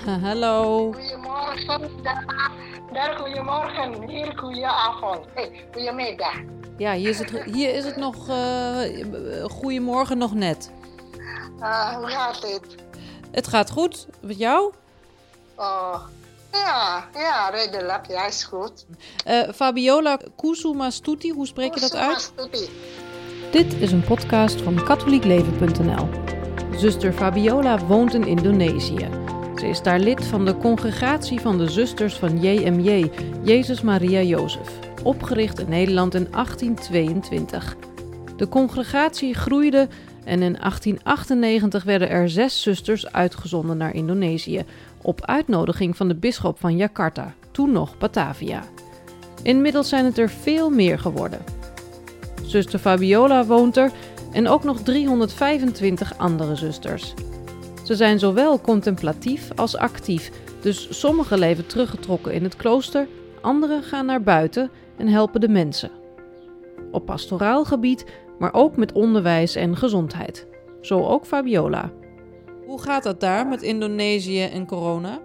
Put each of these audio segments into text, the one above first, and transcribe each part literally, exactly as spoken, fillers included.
Hallo. Goedemorgen, daar, daar goedemorgen, hier goedenavond. Hey, goedemiddag. Ja, hier is het, hier is het nog, uh, goedemorgen nog net. Uh, hoe gaat het? Het gaat goed, met jou? Oh, ja, ja, redelijk, ja, is goed. Uh, Fabiola Kusumastuti, hoe spreek je dat uit? Dit is een podcast van katholiek leven punt n l. Zuster Fabiola woont in Indonesië. Ze is daar lid van de congregatie van de zusters van J M J, Jezus Maria Jozef, opgericht in Nederland in achttien tweeëntwintig. De congregatie groeide en in achttien achtennegentig werden er zes zusters uitgezonden naar Indonesië, op uitnodiging van de bisschop van Jakarta, toen nog Batavia. Inmiddels zijn het er veel meer geworden. Zuster Fabiola woont er en ook nog driehonderdvijfentwintig andere zusters. Ze zijn zowel contemplatief als actief, dus sommigen leven teruggetrokken in het klooster, anderen gaan naar buiten en helpen de mensen. Op pastoraal gebied, maar ook met onderwijs en gezondheid. Zo ook Fabiola. Hoe gaat het daar met Indonesië en corona?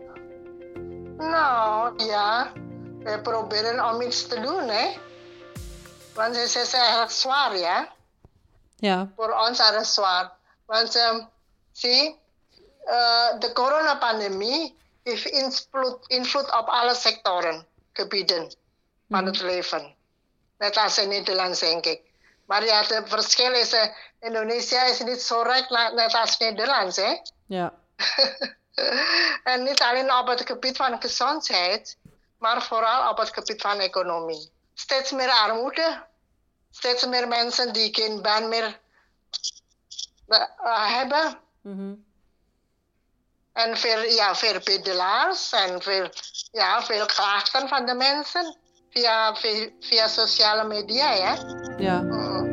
Nou, ja, we proberen om iets te doen, hè. Want het is eigenlijk zwaar, ja. Ja. Voor ons is het zwaar. Want, um, zie, uh, de coronapandemie heeft invloed, invloed op alle sectoren, gebieden van het leven. Net als in Nederland, denk ik. Maar ja, het verschil is, uh, Indonesië is niet zo rijk net als Nederland, hè? Ja. En niet alleen op het gebied van gezondheid, maar vooral op het gebied van economie. Steeds meer armoede, steeds meer mensen die geen baan meer uh, hebben. Mm-hmm. En veel, ja, veel bedelaars en veel, ja, veel klachten van de mensen via, via, via sociale media, ja. Ja. Mm.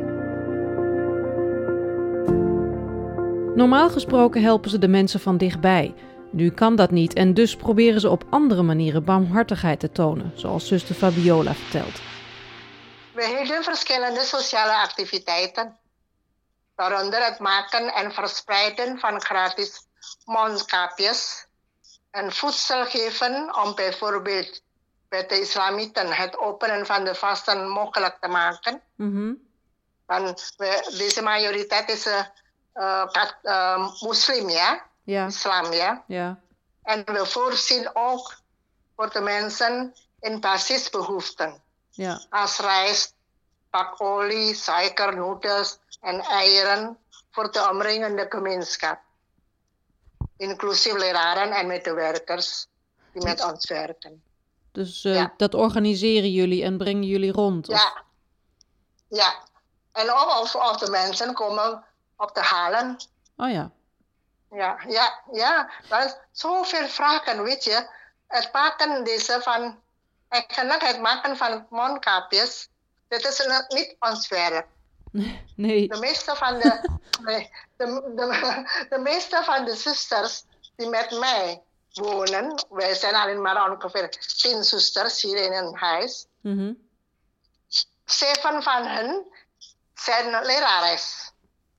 Normaal gesproken helpen ze de mensen van dichtbij. Nu kan dat niet en dus proberen ze op andere manieren barmhartigheid te tonen, zoals zuster Fabiola vertelt. We hebben verschillende sociale activiteiten, waaronder het maken en verspreiden van gratis mondkapjes en voedsel geven om bijvoorbeeld bij de islamieten het openen van de vasten mogelijk te maken. Mm-hmm. Want we, deze majoriteit is uh, uh, uh, moslim, ja? Ja. Islam, ja? Ja. En we voorzien ook voor de mensen in basisbehoeften. Ja. Als rijst, pak olie, suiker, noedels en eieren voor de omringende gemeenschap. Inclusief leraren en medewerkers die met ons werken. Dus uh, ja. dat organiseren jullie en brengen jullie rond? Of? Ja. Ja. En ook of, of de mensen komen op de halen. Oh ja. Ja, ja, ja. Want zoveel vragen, weet je. Het maken deze van, eigenlijk het maken van mondkapjes, dit is niet ons werk. Nee. De meeste van de, de, de, de, de meeste van de zusters die met mij wonen, wij zijn alleen maar ongeveer tien zusters hier in een huis. Mm-hmm. Zeven van hen zijn lerares.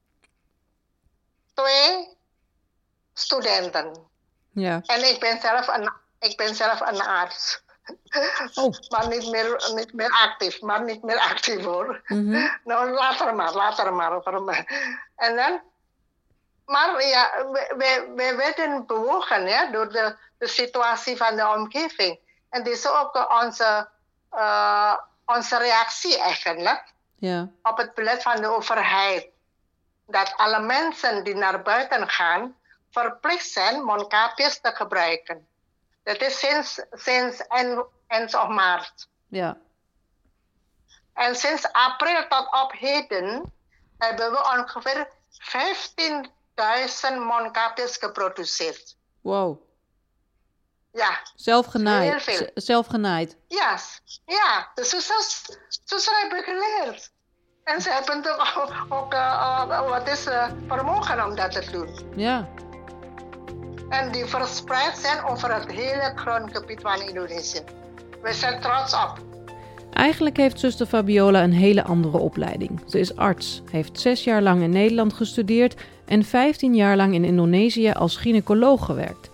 Twee studenten. Ja. En ik ben zelf een, ik ben zelf een arts. Oh. Maar niet meer, niet meer actief, maar niet meer actief hoor. Mm-hmm. Nou, later maar, later maar. En dan, maar ja, we, we, we werden bewogen ja, door de, de situatie van de omgeving. En dit is ook onze, uh, onze reactie eigenlijk Ja. op het beleid van de overheid. Dat alle mensen die naar buiten gaan, verplicht zijn mondkapjes te gebruiken. Dat is sinds, sinds eind of maart. Ja. En sinds april tot op heden hebben we ongeveer vijftienduizend mondkapjes geproduceerd. Wow. Ja. Zelf genaaid. Heel veel. Z- zelf genaaid. Ja, ja. De zusters, zusters hebben geleerd. En ze hebben toch ook, ook uh, uh, wat is uh, vermogen om dat te doen. Ja. En die verspreid zijn over het hele grondgebied van Indonesië. We zijn trots op. Eigenlijk heeft zuster Fabiola een hele andere opleiding. Ze is arts, heeft zes jaar lang in Nederland gestudeerd en vijftien jaar lang in Indonesië als gynaecoloog gewerkt.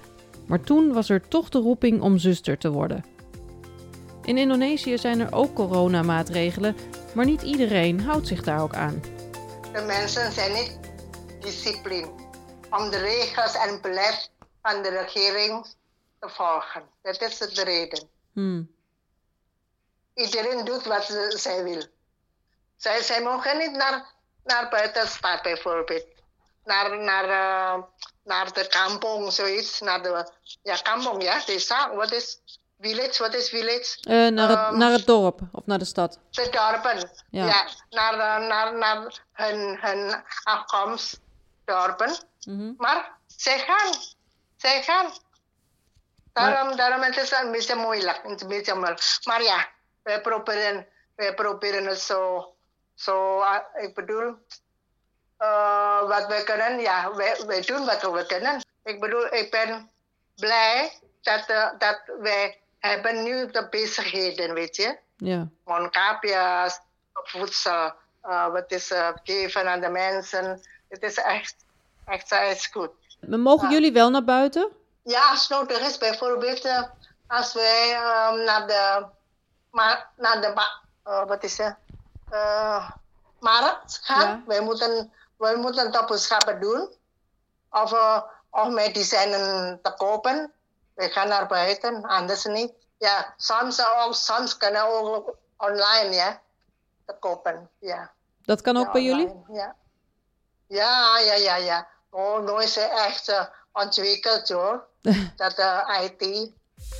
Maar toen was er toch de roeping om zuster te worden. In Indonesië zijn er ook coronamaatregelen, maar niet iedereen houdt zich daar ook aan. De mensen zijn niet discipline om de regels en beleid van de regering te volgen. Dat is de reden. Hmm. Iedereen doet wat zij wil. Zij, zij mogen niet naar, naar buitenstad bijvoorbeeld. Naar, naar, uh, naar de kampong, zoiets. Naar de, ja, kampong, ja, desa. Wat is village? Wat is village? Uh, naar, het, um, naar het dorp of naar de stad? De dorpen, ja. ja naar, naar, naar hun, hun afkomstdorpen. Mm-hmm. Maar zij gaan. Zij gaan. Daarom, maar... daarom het is het een beetje moeilijk. Een beetje moeilijk. Maar ja, wij proberen, wij proberen het zo, zo uh, ik bedoel, uh, wat we kunnen, ja, wij, wij doen wat we kunnen. Ik bedoel, ik ben blij dat, uh, dat wij hebben nu de bezigheden, weet je. Ja. Mondkapjes, voedsel, uh, wat is uh, geven aan de mensen. Het is echt, echt, echt goed. Maar mogen uh, jullie wel naar buiten? Ja, als nodig is. Bijvoorbeeld uh, als wij um, naar de, ma- naar de ma- uh, wat is het? Uh, markt gaan. Ja. Wij moeten, wij moeten de boodschappen doen. Of, uh, of medicijnen te kopen. We gaan naar buiten, anders niet. Ja, soms ook, soms kunnen we ook online, ja, te kopen, ja. Dat kan ook ja, bij online, jullie? Ja, ja, ja, ja. ja. Oh, nooit is echt uh, ontwikkeld, hoor. Dat uh, I T.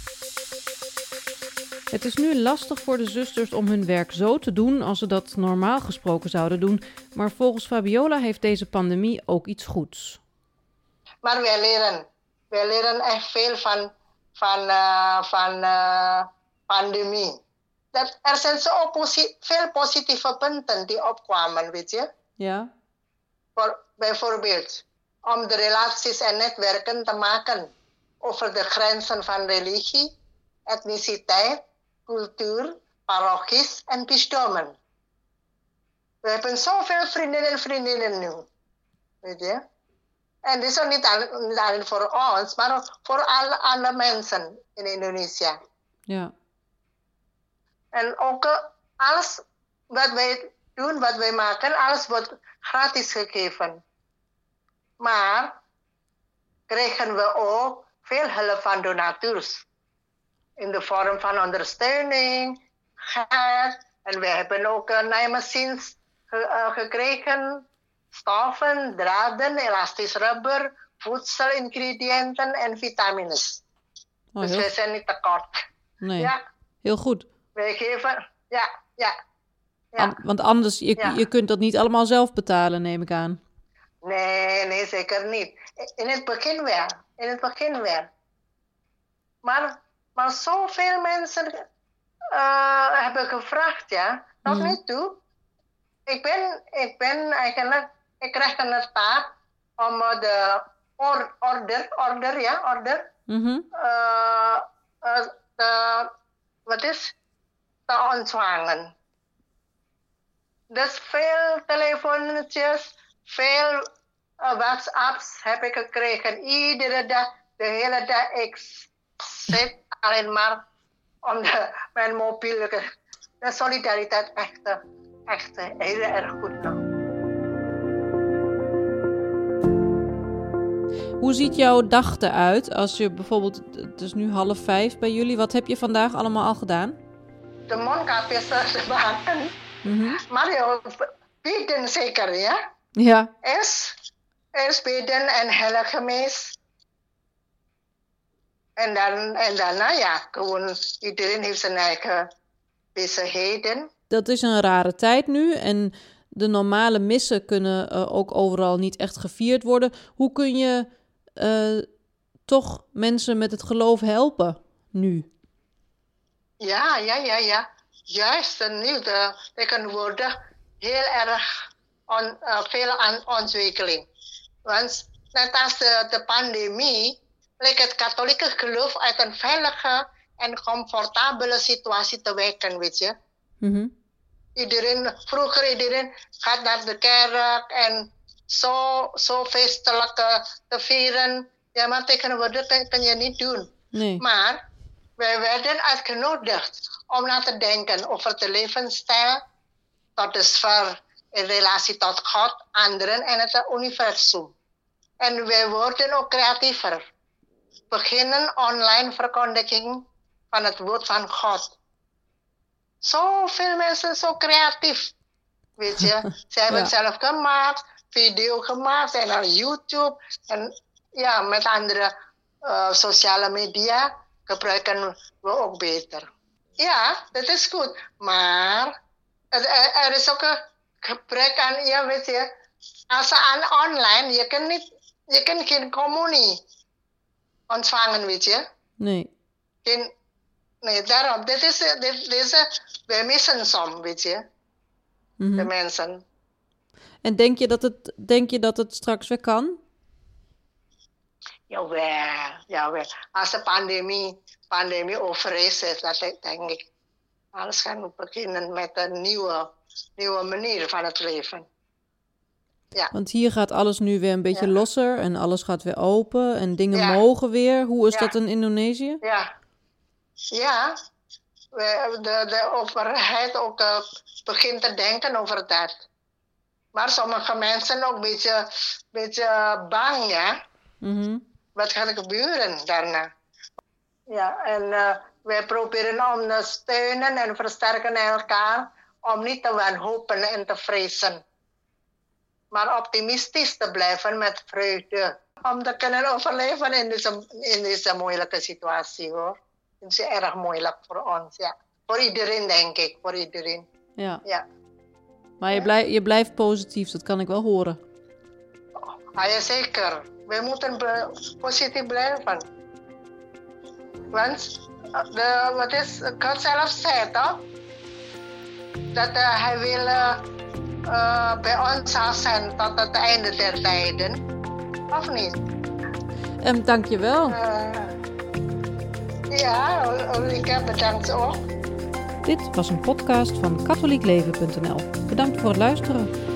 Het is nu lastig voor de zusters om hun werk zo te doen als ze dat normaal gesproken zouden doen. Maar volgens Fabiola heeft deze pandemie ook iets goeds. Maar wij leren. We leren echt veel van, van, uh, van uh, pandemie. Dat er zijn zo posi- veel positieve punten die opkwamen, weet je. Ja. Voor, bijvoorbeeld, om de relaties en netwerken te maken over de grenzen van religie, etniciteit, cultuur, parochies en bisdommen. We hebben zoveel vrienden en vriendinnen nu, weet je. En dit is niet alleen, niet alleen voor ons, maar ook voor alle andere mensen in Indonesië. Ja. En ook uh, alles wat wij doen, wat wij maken, alles wordt gratis gegeven. Maar krijgen we ook veel hulp van donateurs. In de vorm van ondersteuning, geld. En we hebben ook uh, naaimachines ge- uh, gekregen. Stoffen, draden, elastisch rubber, voedselingrediënten en vitamines. Oh, dus we zijn niet tekort. Nee, ja. Heel goed. Wij geven, ja, ja. ja. An- want anders, je, ja. je kunt dat niet allemaal zelf betalen, neem ik aan. Nee, nee, zeker niet. In het begin wel, in het begin wel. Maar, maar zoveel mensen uh, hebben gevraagd, ja. Tot nu toe. Ik ben, ik ben eigenlijk... Ik krijg een taak om de or, order, order, ja, order, mm-hmm. uh, uh, de, wat is, te ontvangen. Dus veel telefoontjes, veel uh, WhatsApps heb ik gekregen. Iedere dag, de hele dag, ik zit alleen maar om de, mijn mobiel. De solidariteit echt, echt heel erg goed nog. Hoe ziet jouw dag eruit als je bijvoorbeeld, het is nu half vijf bij jullie, wat heb je vandaag allemaal al gedaan? De mondkapjes te maken, mm-hmm. maar je bidden zeker, ja? Ja. Eerst, eerst bidden en heiliggemis. En, dan, en daarna, ja, gewoon iedereen heeft zijn eigen bezigheden. Dat is een rare tijd nu en de normale missen kunnen uh, ook overal niet echt gevierd worden. Hoe kun je uh, toch mensen met het geloof helpen nu? Ja, ja, ja, ja. Juist nu de tegenwoordig heel erg on, uh, veel aan ontwikkeling. Want net als de, de pandemie lijkt het katholieke geloof uit een veilige en comfortabele situatie te werken, weet je. Mm-hmm. Iedereen, vroeger iedereen gaat naar de kerk en zo, zo feestelijk te vieren. Ja, maar tegenwoordig dat kan je niet doen. Nee. Maar wij werden uitgenodigd om na te denken over de levensstijl tot de sfeer in relatie tot God, anderen en het universum. En wij worden ook creatiever. Beginnen online verkondiging van het woord van God. Zoveel mensen zo creatief. Weet je, ze hebben het ja. zelf gemaakt, video gemaakt en naar YouTube. En ja, met andere uh, sociale media gebruiken we ook beter. Ja, dat is goed. Maar er, er is ook een gebrek aan, ja, weet je, als aan online, je kan niet, je kan geen communie ontvangen, weet je. Nee. Geen, nee, daarom, dit is, dit, deze, wij missen soms, weet je, mm-hmm. de mensen. En denk je dat het, denk je dat het straks weer kan? Jawel, jawel. Als de pandemie, pandemie over is, dat denk ik, alles gaan we beginnen met een nieuwe, nieuwe manier van het leven. Ja. Want hier gaat alles nu weer een beetje ja. losser en alles gaat weer open en dingen ja. mogen weer. Hoe is ja. dat in Indonesië? Ja, ja. De, de overheid ook uh, begint te denken over dat. Maar sommige mensen ook een beetje, beetje bang, ja. Mm-hmm. Wat gaat er gebeuren daarna? Ja, en uh, wij proberen om te steunen en versterken elkaar om niet te wanhopen en te vrezen. Maar optimistisch te blijven met vreugde. Om te kunnen overleven in deze, in deze moeilijke situatie, hoor. Het is erg moeilijk voor ons, ja. Voor iedereen, denk ik. Voor iedereen. Ja. ja. Maar je, blijf, je blijft positief, dat kan ik wel horen. Ah, ja, zeker. We moeten positief blijven. Want de, wat is God zelf zei, toch? Dat uh, hij wil uh, uh, bij ons zal zijn tot het einde der tijden. Of niet? Um, Dank je wel. Uh, ja, Ulrike, bedankt ook. Dit was een podcast van katholiek leven punt n l. Bedankt voor het luisteren.